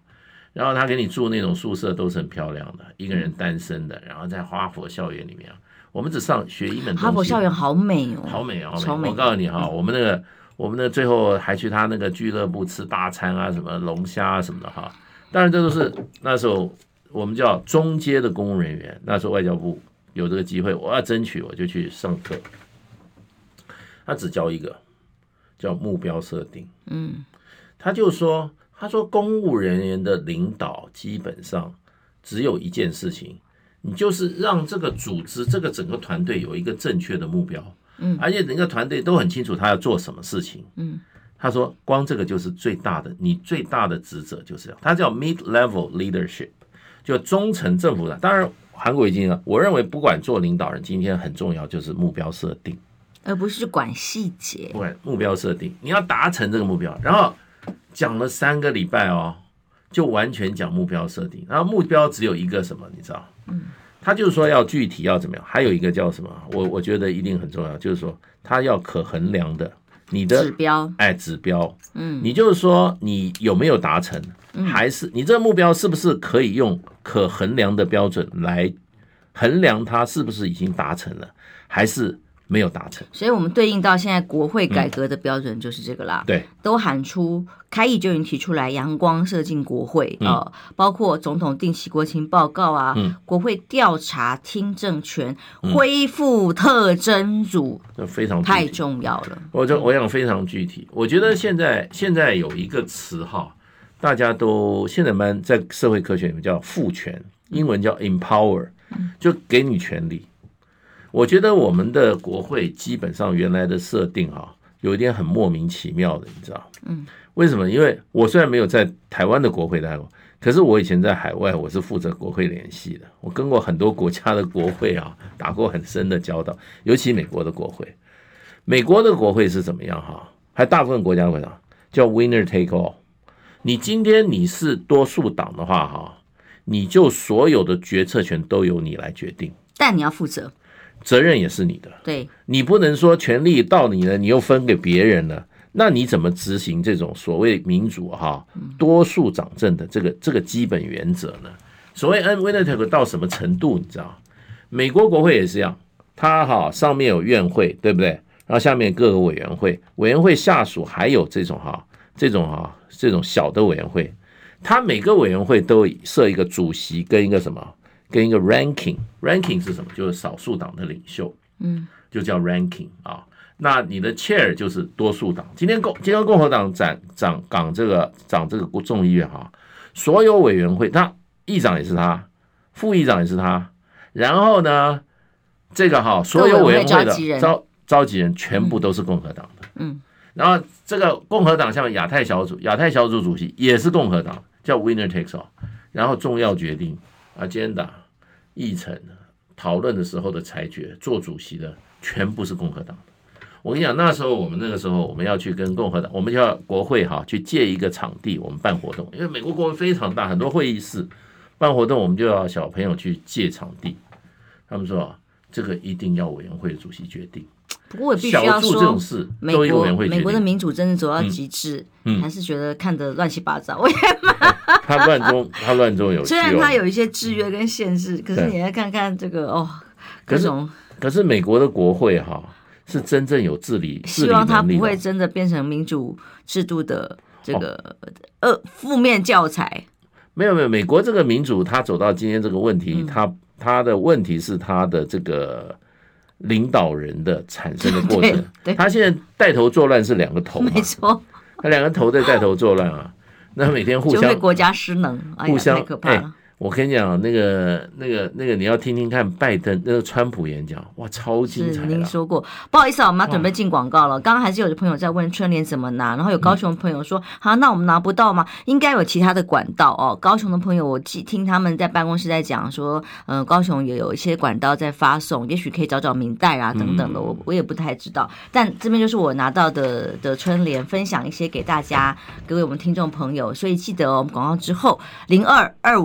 然后他给你住那种宿舍都是很漂亮的，一个人单身的，然后在哈佛校园里面，我们只上学一门东西。 哈佛校园好美哦， 好美好美！ 超美。 我告诉你哈，我们那个我们那个最后还去他那个俱乐部吃大餐啊，什么龙虾啊什么的哈。当然这都是那时候我们叫中阶的公务人员，那时候外交部有这个机会，我要争取我就去上课。他只教一个叫目标设定，嗯，他就说。他说，公务人员的领导基本上只有一件事情，你就是让这个组织、这个整个团队有一个正确的目标，嗯，而且整个团队都很清楚他要做什么事情，嗯。他说，光这个就是最大的，你最大的职责就是这样。他叫 mid-level leadership， 就中层政府的。当然，韩国已经了。我认为，不管做领导人，今天很重要就是目标设定， 而不是管细节。 不管目标设定，你要达成这个目标，然后。讲了三个礼拜哦，就完全讲目标设定，然后目标只有一个什么，你知道？嗯，他就是说要具体要怎么样，还有一个叫什么？我我觉得一定很重要，就是说他要可衡量的，你的指标， 哎，指标，嗯，你就是说你有没有达成，嗯、还是你这个目标是不是可以用可衡量的标准来衡量它是不是已经达成了，还是？没有达成， 所以我们对应到现在国会改革的标准就是这个啦。嗯、 对， 都喊出开议就已经提出来，阳光射进国会啊、嗯呃，包括总统定期国情报告啊，嗯、国会调查听证权，嗯、恢复特侦组， 这非常太重要了。 我就我想非常具体，我觉得现在现在有一个词哈，大家都现在蛮在社会科学里面叫赋权，英文叫 empower， 就给你权利。我觉得我们的国会基本上原来的设定啊，有一点很莫名其妙的，你知道？嗯，为什么？因为我虽然没有在台湾的国会待过，可是我以前在海外，我是负责国会联系的，我跟过很多国家的国会啊，打过很深的交道，尤其美国的国会。美国的国会是怎么样哈？还大部分国家会讲叫 winner take all。你今天你是多数党的话哈，你就所有的决策权都由你来决定， 但你要负责。 责任也是你的， 对， 你不能说权力到你了，你又分给别人了，那你怎么执行这种所谓民主哈多数掌政的这个这个基本原则呢？所谓 winner take all 到什么程度，你知道？美国国会也是一样，它哈上面有院会，对不对？然后下面各个委员会，委员会下属还有这种哈这种哈这种小的委员会，它每个委员会都设一个主席跟一个什么？跟一个 ranking， ranking 是什么？就是少数党的领袖，嗯，就叫 ranking 啊。那你的 chair 就是多数党。今天共今天共和党掌掌掌这个掌这个众议院哈，所有委员会，他议长也是他，副议长也是他，然后呢，这个哈所有委员会的召召集人全部都是共和党的，嗯，然后这个共和党像亚太小组，亚太小组主席也是共和党，叫 winner takes all， 然后重要决定。agenda 议程讨论的时候的裁决，做主席的全部是共和党的。我跟你讲，那时候我们那个时候我们要去跟共和党，我们要国会哈去借一个场地，我们办活动，因为美国国会非常大，很多会议室办活动，我们就要小朋友去借场地。他们说这个一定要委员会主席决定。 不过我必须要说， 小这种事美国美国的民主真的走到极致，嗯嗯、还是觉得看得乱七八糟。我也他乱中他乱中有， 虽然他有一些制约跟限制，可是你来看看这个哦，各种。 可是美国的国会哈是真正有治理， 希望他不会真的变成民主制度的这个呃负面教材。 没有没有，美国这个民主，他走到今天这个问题，他、嗯、他的问题是他的这个。领导人的产生的过程，他现在带头作乱是两个头嘛， 没错， 他两个头在带头作乱啊，那每天互相就会国家失能， 互相、哎、 太可怕了。哎我跟你讲，那个、那个、那个，你要听听看拜登那个川普演讲，哇，超精彩！ 您说过，不好意思啊，我们要准备进广告了。刚刚还是有的朋友在问春联怎么拿，然后有高雄的朋友说，好、嗯，那我们拿不到吗？应该有其他的管道哦。高雄的朋友，我听他们在办公室在讲说，嗯、呃，高雄也有一些管道在发送，也许可以找找明代啊等等的，我我也不太知道。但这边就是我拿到的的春联，分享一些给大家，各位我们听众朋友。所以记得哦，我们广告之后零二二五零一。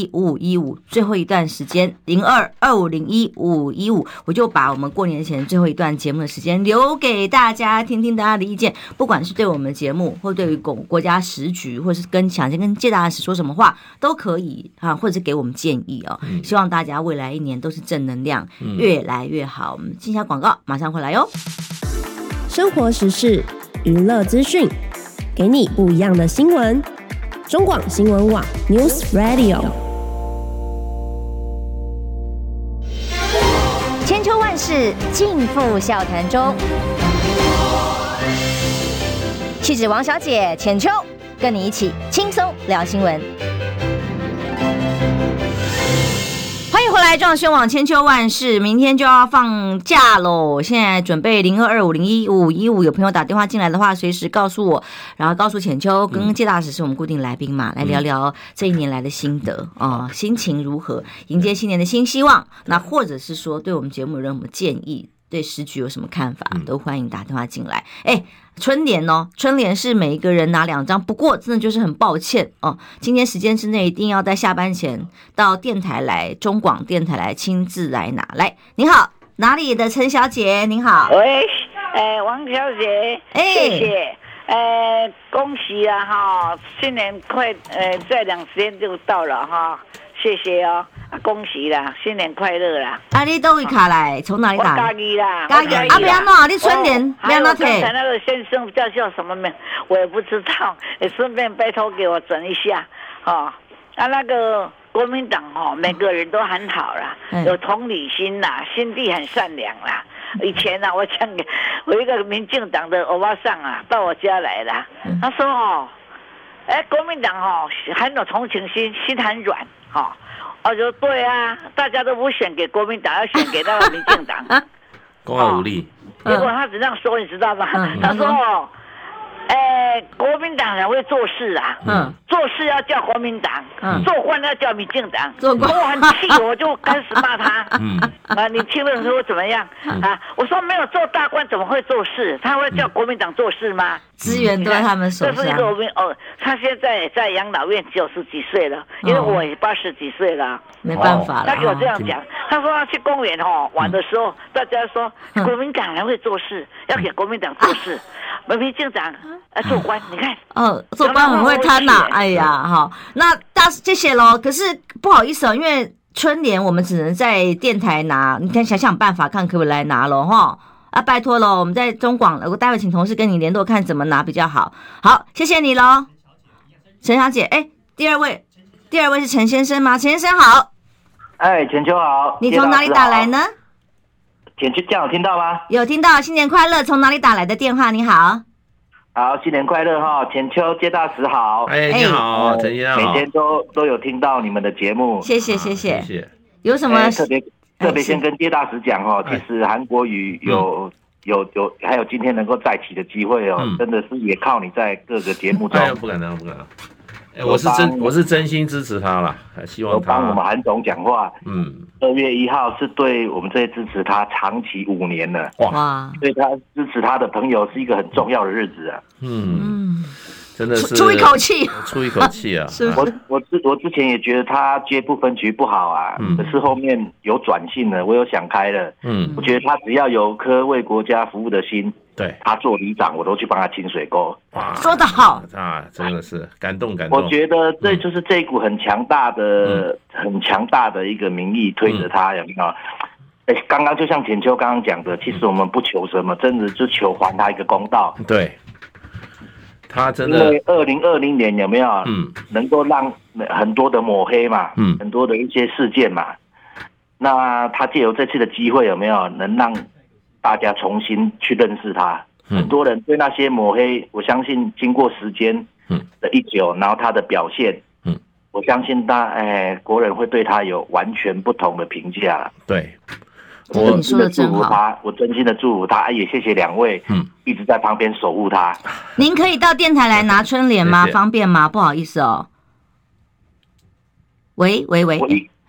一五五一五，最后一段时间零二二五零一五五一五，我就把我们过年前最后一段节目的时间留给大家，听听大家的意见，不管是对我们的节目，或对于国国家时局，或是跟想跟介大使说什么话都可以啊，或者是给我们建议哦。嗯、希望大家未来一年都是正能量，嗯、越来越好。我们进下广告，马上回来哟。 生活时事、娱乐资讯，给你不一样的新闻。中广新闻网 News Radio， 千秋万世尽付笑谈中。气质王小姐浅秋，跟你一起轻松聊新闻。 欢迎回来，中广新闻网千秋万世，明天就要放假喽。现在准备零二二五零一五五一五，有朋友打电话进来的话，随时告诉我，然后告诉浅秋跟介大使是我们固定来宾嘛，嗯、来聊聊这一年来的心得啊、呃，心情如何，迎接新年的新希望。那或者是说，对我们节目有任何建议，对时局有什么看法，都欢迎打电话进来。哎、欸。春联哦，春联是每一个人拿两张，不过真的就是很抱歉哦，今天时间之内一定要在下班前到电台来，中广电台来亲自来拿。来，您好，哪里的陈小姐？您好， 喂，呃，王小姐，哎、欸，谢谢，呃，恭喜啊哈，新年快，呃，再两天就到了哈，谢谢哦。恭喜啦，新年快乐啦！ 啊，你都会卡来，从哪里打？ 嘉义啦， 嘉义啊，不要弄，你春联不要弄退。刚才那个先生叫叫什么名，我也不知道，也顺便拜托给我整一下，哦，啊，那个国民党哦，每个人都很好啦，嗯、有同理心啦，心地很善良啦。以前啊，我讲给我一个民进党的欧巴桑啊，到我家来了，嗯、他说哦，哎，国民党哦很有同情心，心很软，哈、哦。我说对啊，大家都不选给国民党，要选给那个民进党， 公安无力。 结果他只这样说，你知道吗？嗯、他说哦，哎，国民党人会做事啊，嗯，做事要叫国民党，嗯，做官要叫民进党。做官，我很气，我就开始骂他。嗯，啊，你听了说怎么样？啊，我说没有做大官怎么会做事？他会叫国民党做事吗？ 资源都在他们手上。 这是一个我们哦，他现在在养老院九十几岁了，因为我也八十几岁了， 没办法了。 他给我这样讲，他说他去公园哦玩的时候，大家说国民党人会做事，要给国民党做事，民进党啊做官，你看哦，做官很会贪呐，哎呀，好，那大谢谢喽。可是不好意思哦，因为春联我们只能在电台拿，你看想想办法看可不可以来拿咯哈。啊，拜托了，我们在中广，我待会请同事跟你联络，看怎么拿比较好。好，谢谢你喽，陈小姐。哎，第二位，第二位是陈先生吗？陈先生好。 哎，浅秋好。 你从哪里打来呢？ 浅秋，这样有听到吗？ 有听到，新年快乐。从哪里打来的电话？你好。 好，新年快乐哈，浅秋接大使好。 哎，你好，陈先生好。 每天都都有听到你们的节目， 谢谢谢谢谢谢。 有什么、 哎、特别？特别先跟接大使讲哦，其实韩国瑜有、嗯、有有还有今天能够再起的机会哦，嗯、真的是也靠你在各个节目中。 哎，不敢当，不敢当。哎，我是真我是真心支持他啦，希望他帮我们韩总讲话。嗯，二月一号是对我们这些支持他长期五年了，哇，对他支持他的朋友是一个很重要的日子啊。嗯。 嗯真的是出一口气， 出一口气啊！ 是我我之我之前也觉得他接不分局不好啊，嗯、可是后面有转性了，我有想开了。嗯，我觉得他只要有颗为国家服务的心， 对， 他做里长我都去帮他清水沟。 哇，说得好啊，真的是感动感动。 我觉得这就是这一股很强大的、嗯、很强大的一个民意推着他，有没有？哎，刚刚就像浅秋刚刚讲的，其实我们不求什么，真的就求还他一个公道。 对。他真的， 因为二零二零年有没有，嗯，能够让很多的抹黑嘛，嗯，很多的一些事件嘛，那他借由这次的机会有没有能让大家重新去认识他？嗯、很多人对那些抹黑，我相信经过时间的一久，然后他的表现，嗯，我相信大哎国人会对他有完全不同的评价。 对。 我真的祝福他，我真心的祝福他，也谢谢两位，嗯，一直在旁边守护他。 您可以到电台来拿春联吗？谢谢方便吗？不好意思哦。喂喂喂， 哎，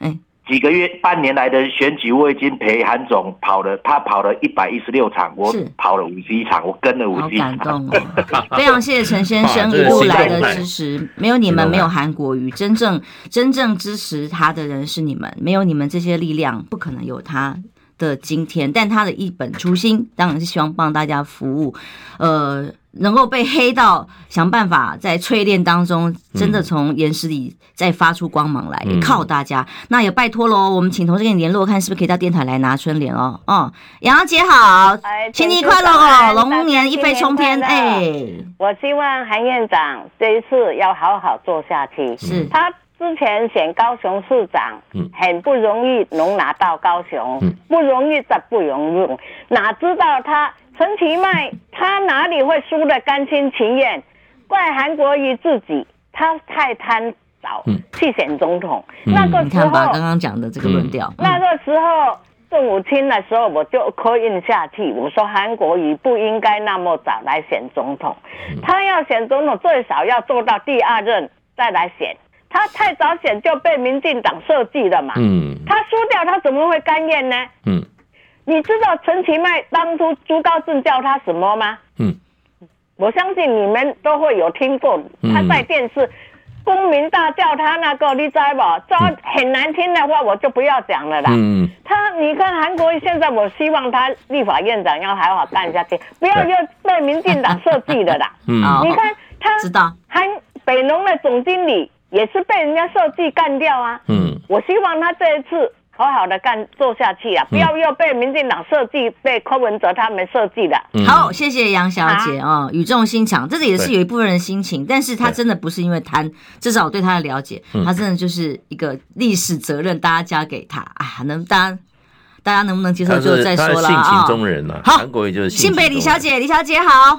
几个月、半年来的选举，我已经陪韩总跑了，他跑了一百一十六场，我跑了五十一场，我跟了五十一场。 好感动哦！非常谢谢陈先生一路来的支持，没有你们，没有韩国瑜，真正真正支持他的人是你们，没有你们这些力量，不可能有他的今天。但他的一本初心，当然是希望帮大家服务，呃。能够被黑到想办法在淬炼当中真的从岩石里再发出光芒来，也靠大家。那也拜托咯，我们请同事跟你联络，看是不是可以到电台来拿春联哦。哦，杨姐好，新年快乐哦，龙年一飞冲天。哎， 我希望韩院长这一次要好好做下去。 是他之前选高雄市长，嗯，很不容易能拿到高雄，嗯，不容易再不容易，哪知道他陈其迈他哪里会输得甘心情愿？怪韩国瑜自己，他太贪早去选总统。嗯、那个时候，你看吧，刚刚讲的这个论调。 嗯、那个时候正午清的时候，我就刻印下去，我说韩国瑜不应该那么早来选总统，嗯、他要选总统最少要做到第二任再来选。他太早选就被民进党设计了嘛。嗯，他输掉，他怎么会甘愿呢？嗯。你知道陈其迈当初朱高正叫他什么吗？嗯，我相信你们都会有听过，他在电视公民大叫他那个，你知道吧？这很难听的话，我就不要讲了啦。嗯，他你看韩国瑜现在，我希望他立法院长要好好干下去，不要又被民进党设计的啦。嗯，你看他知道韩北农的总经理也是被人家设计干掉啊。嗯，我希望他这一次好好的干做下去啊！不要又被民进党设计，被柯文哲他们设计的。 嗯、好，谢谢杨小姐啊、哦，语重心长，这个也是有一部分人心情，但是他真的不是因为贪，至少我对他的了解，他真的就是一个历史责任，大家加给他啊，能大家大家能不能接受就再说了啊。 性情中人啊，好，韩国瑜就是性情中人。 新北李小姐，李小姐好，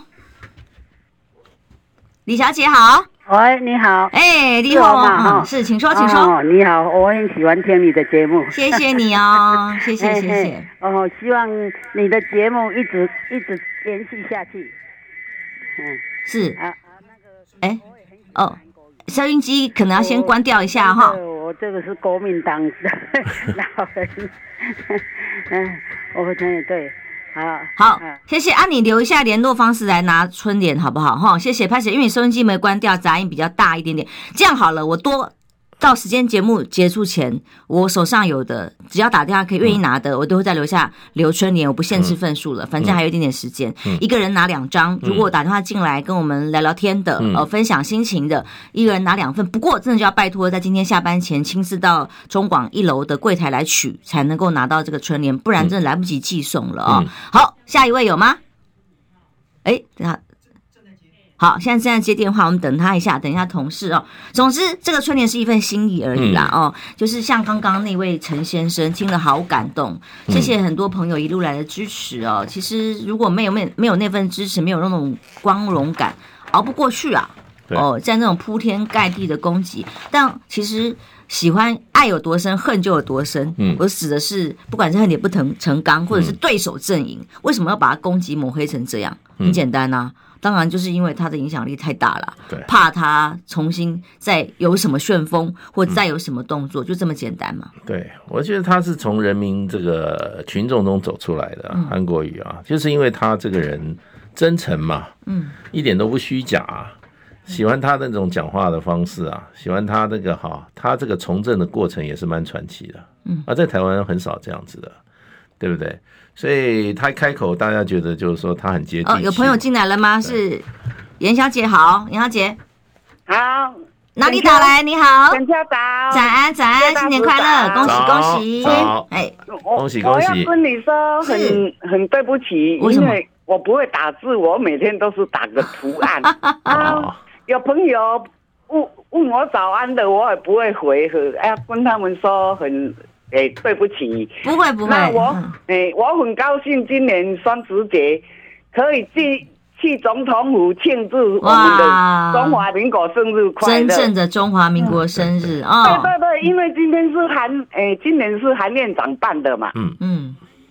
李小姐好。 喂，你好， 哎，你好啊，是，请说，请说。 哦，你好，我很喜欢听你的节目， 谢谢你哦，谢谢，谢谢。 哦，希望你的节目一直一直延续下去。 嗯，是啊啊，那个，哎，哦，收音机可能要先关掉一下哈。 我这个是国民党的老人，嗯，我听对。 好，谢谢啊！你留一下联络方式来拿春联好不好？哈，谢谢拍摄，因为收音机没关掉，杂音比较大一点点。这样好了，我多到时间节目结束前，我手上有的，只要打电话可以愿意拿的，嗯、我都会再留下留春联，我不限制份数了，嗯、反正还有一点点时间，嗯、一个人拿两张。如果打电话进来跟我们聊聊天的，嗯、呃，分享心情的，一个人拿两份。不过真的就要拜托，在今天下班前亲自到中广一楼的柜台来取，才能够拿到这个春联，不然真的来不及寄送了啊、哦。嗯、好，下一位有吗？哎，等下。好，现在正在接电话，我们等他一下，等一下同事哦。总之，这个春联是一份心意而已啦、嗯、哦，就是像刚刚那位陈先生，听了好感动，谢谢很多朋友一路来的支持哦。其实如果没有没没有那份支持，没有那种光荣感，熬不过去啊。哦，在那种铺天盖地的攻击，但其实喜欢爱有多深，恨就有多深。嗯，我指的是，不管是恨铁不成成钢，或者是对手阵营，嗯、为什么要把它攻击抹黑成这样？很简单啊。当然，就是因为他的影响力太大了，怕他重新再有什么旋风，或再有什么动作，嗯、就这么简单嘛。 对，我觉得他是从人民这个群众中走出来的，嗯、韩国瑜啊，就是因为他这个人真诚嘛，嗯，一点都不虚假、啊，喜欢他那种讲话的方式啊，喜欢他那个哈，他这个从政的过程也是蛮传奇的，嗯，而在台湾很少这样子的，对不对？所以他开口，大家觉得就是说他很接地气。哦， 有朋友进来了吗？是严小姐好，严小姐好， 哪里打来？你好， 陈校长， 早安早安，新年快乐，恭喜恭喜！ 哎，恭喜恭喜！ 我要跟你说很很对不起， 为什么？ 因为我不会打字，我每天都是打个图案啊。有朋友问问我早安的，我也不会回和，哎呀，跟他们说很。哎、欸，对不起， 不会不会。 那我哎、欸，我很高兴今年双十节可以去去总统府庆祝我们的中华民国生日快乐， 真正的中华民国生日啊！ 哦、对对对，因为今天是韩哎、欸，今年是韩院长办的嘛，嗯嗯，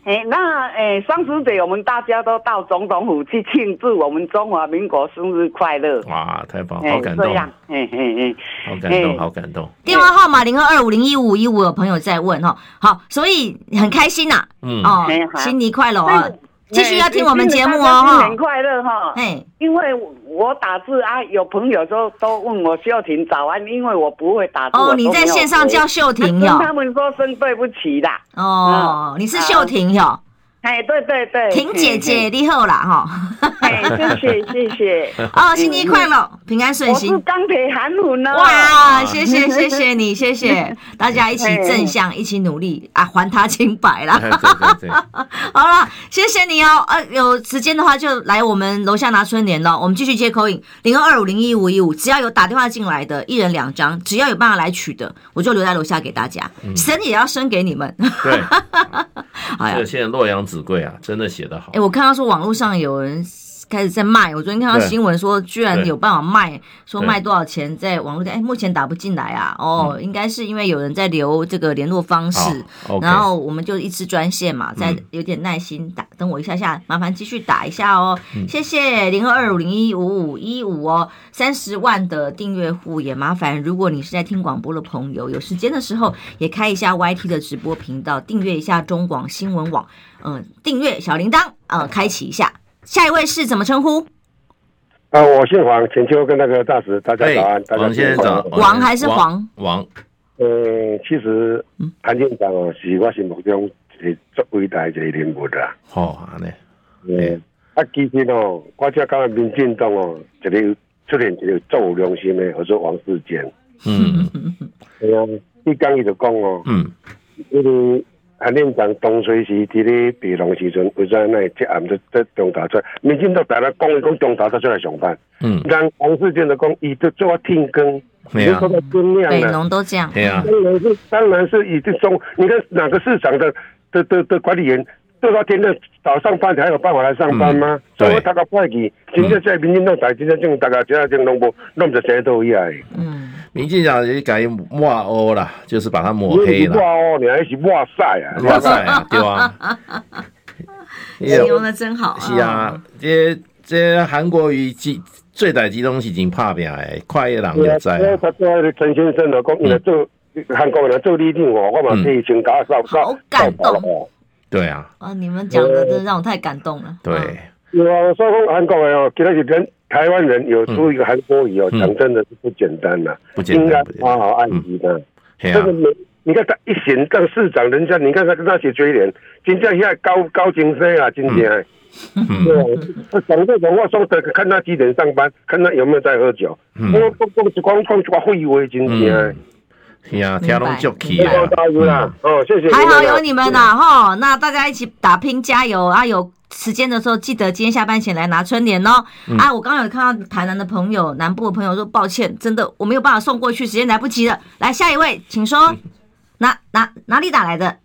哎，那哎，双十节我们大家都到总统府去庆祝我们中华民国生日快乐。 哇，太棒，好感动，这样， 哎哎哎， 好感动，好感动。 电话号码零二二五零一五一五，有朋友在问哈，好，所以很开心呐，嗯哦，新年快乐啊！继续要听我们节目哦， 新年快乐哈！哎，因为我打字啊，有朋友都都问我秀婷早安，因为我不会打字。 哦，你在线上叫秀婷哟？ 跟他们说声对不起啦。 哦，你是秀婷哟？ 哎，对对对， 婷姐姐你好啦哈！ 哎，谢谢谢谢。 哦，新年快乐，平安顺心。 我是钢铁韩文哦。 哇，谢谢谢谢你，谢谢大家一起正向，一起努力啊，还他清白啦。好了，谢谢你哦。呃，有时间的话就来我们楼下拿春联咯。我们继续接 call in 零二二五零一五一五，只要有打电话进来的，一人两张，只要有办法来取的，我就留在楼下给大家，生也要生给你们。 对，哎呀，现在洛阳纸贵啊，真的写得好。 哎、欸，我看到说网络上有人开始在卖，我昨天看到新闻说，居然有办法卖，说卖多少钱，在网络上，哎、欸，目前打不进来啊。哦、嗯，应该是因为有人在留这个联络方式，哦 okay、然后我们就一支专线嘛，再有点耐心打，等我一下下，麻烦继续打一下哦，嗯、谢谢零二二五零一五五一五哦，三十万的订阅户也麻烦，如果你是在听广播的朋友，有时间的时候也开一下 Y T 的直播频道，订阅一下中广新闻网，嗯，订阅小铃铛，呃，开启一下。下一位是怎么称呼？ 呃，我姓黄，浅秋跟那个大使，大家早安。 王先生早。 王还是黄？ 王。 呃，其实韩院长哦，是我心目中是最伟大的一个人物啦。 好安尼。 嗯，啊，其实哦，我只感觉民进党哦，一个出现一个最有良心的，叫做王世坚。嗯嗯嗯。对啊，伊刚伊就讲哦，嗯，因为。韩院长当初是伫咧北农时阵，为啥那这暗在在中大出来？民进党大家讲伊讲中大出来上班，嗯，让王世坚就讲伊就做听更， 对啊， 北农都这样， 对啊，当然是当然是以这种，你看哪个市场的的的的管理员，做到天天早上班才有办法来上班吗？所以他个会计，真正在民进党台，真正种大家真正拢无，拢就谁都一样。嗯。 民进党也改抹欧啦，就是把它抹黑了。 抹欧，你还是抹晒啊？ 抹晒啊，对吧？ 形容的真好。 是啊，这这韩国瑜最最大几东西已经拍拼诶，快一人就知。 他做陈先生就讲，伊来做韩国人做立定哦，我嘛替请假少少。 好感动。 对啊。 啊，你们讲的真让我太感动了。 对。 有啊，所以讲韩国人哦，其他是跟台湾人有出一个韩国语哦，讲、嗯、真的是不简单呐、啊， 不简单， 应该好好爱惜的。这个没，你看他一选当市长，人家你看他跟他写追联，真正现在高高精深啊，真正。嗯，对啊，讲这种话说的，看他几点上班，看他有没有在喝酒。嗯，我我我光光就话废话，真正。 是啊，听拢足气啊！ 哦，谢谢。 还好有你们呐，哈，那大家一起打拼加油啊！有时间的时候记得今天下班前来拿春联哦。嗯、啊，我刚刚有看到台南的朋友、南部的朋友说抱歉，真的我没有办法送过去，时间来不及了。来，下一位，请说，哪哪哪里打来的？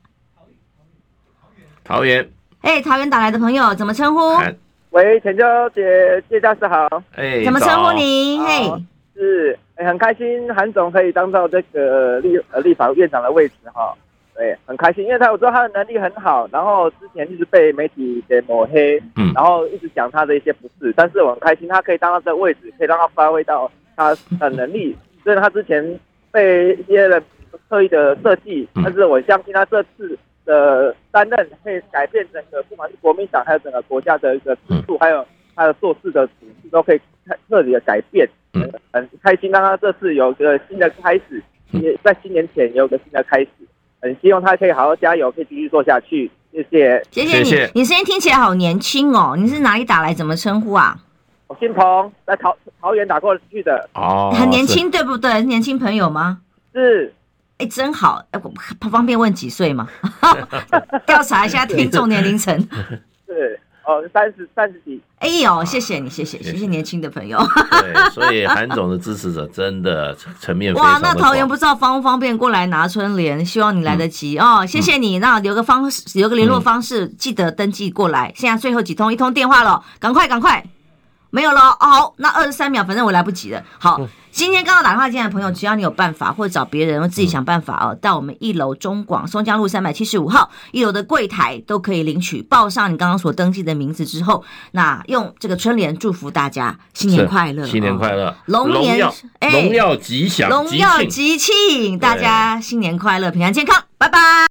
桃园。 哎、欸，桃园打来的朋友怎么称呼？ 喂，浅秋姐，谢大师好。 哎、欸， 怎么称呼您？嘿， 是。欸、很开心，韩总可以当到这个立呃立法院长的位置哈，对，很开心，因为他我知道他的能力很好，然后之前一直被媒体给抹黑，嗯，然后一直讲他的一些不是，但是我很开心，他可以当到这个位置，可以让他发挥到他的能力。虽然他之前被一些人刻意的设计，但是我相信他这次的担任可以改变整个，不管是国民党还有整个国家的一个制度，还有他的做事的处事都可以彻底的改变。嗯，很开心，让他这次有个新的开始，也在新年前有个新的开始，很希望他可以好好加油，可以继续做下去。谢谢， 谢谢你。谢谢你声音听起来好年轻哦，你是哪里打来？怎么称呼啊？ 我姓彭，在桃桃园打过去的。 哦， 很年轻，对不对？年轻朋友吗？ 是。 哎，真好。哎，不方便问几岁吗？调查一下听众年龄层。 是。哦，三十三十几。 哎呦，谢谢你，谢谢，谢谢年轻的朋友。 对，所以韩总的支持者真的层面非常的广。 哇，那桃园不知道方不方便过来拿春联？希望你来得及、嗯、哦。谢谢你，那留个方式，留个联络方式、嗯，记得登记过来。现在最后几通，一通电话了，赶快赶快，没有了哦。好，那二十三秒，反正我来不及了。好， 今天刚刚打电话进来的朋友，只要你有办法，或者找别人，或自己想办法哦，到我们一楼中广松江路三百七十五号一楼的柜台都可以领取，报上你刚刚所登记的名字之后，那用这个春联祝福大家新年快乐， 新年快乐， 龙年荣耀吉祥， 荣耀吉庆，大家新年快乐，平安健康，拜拜。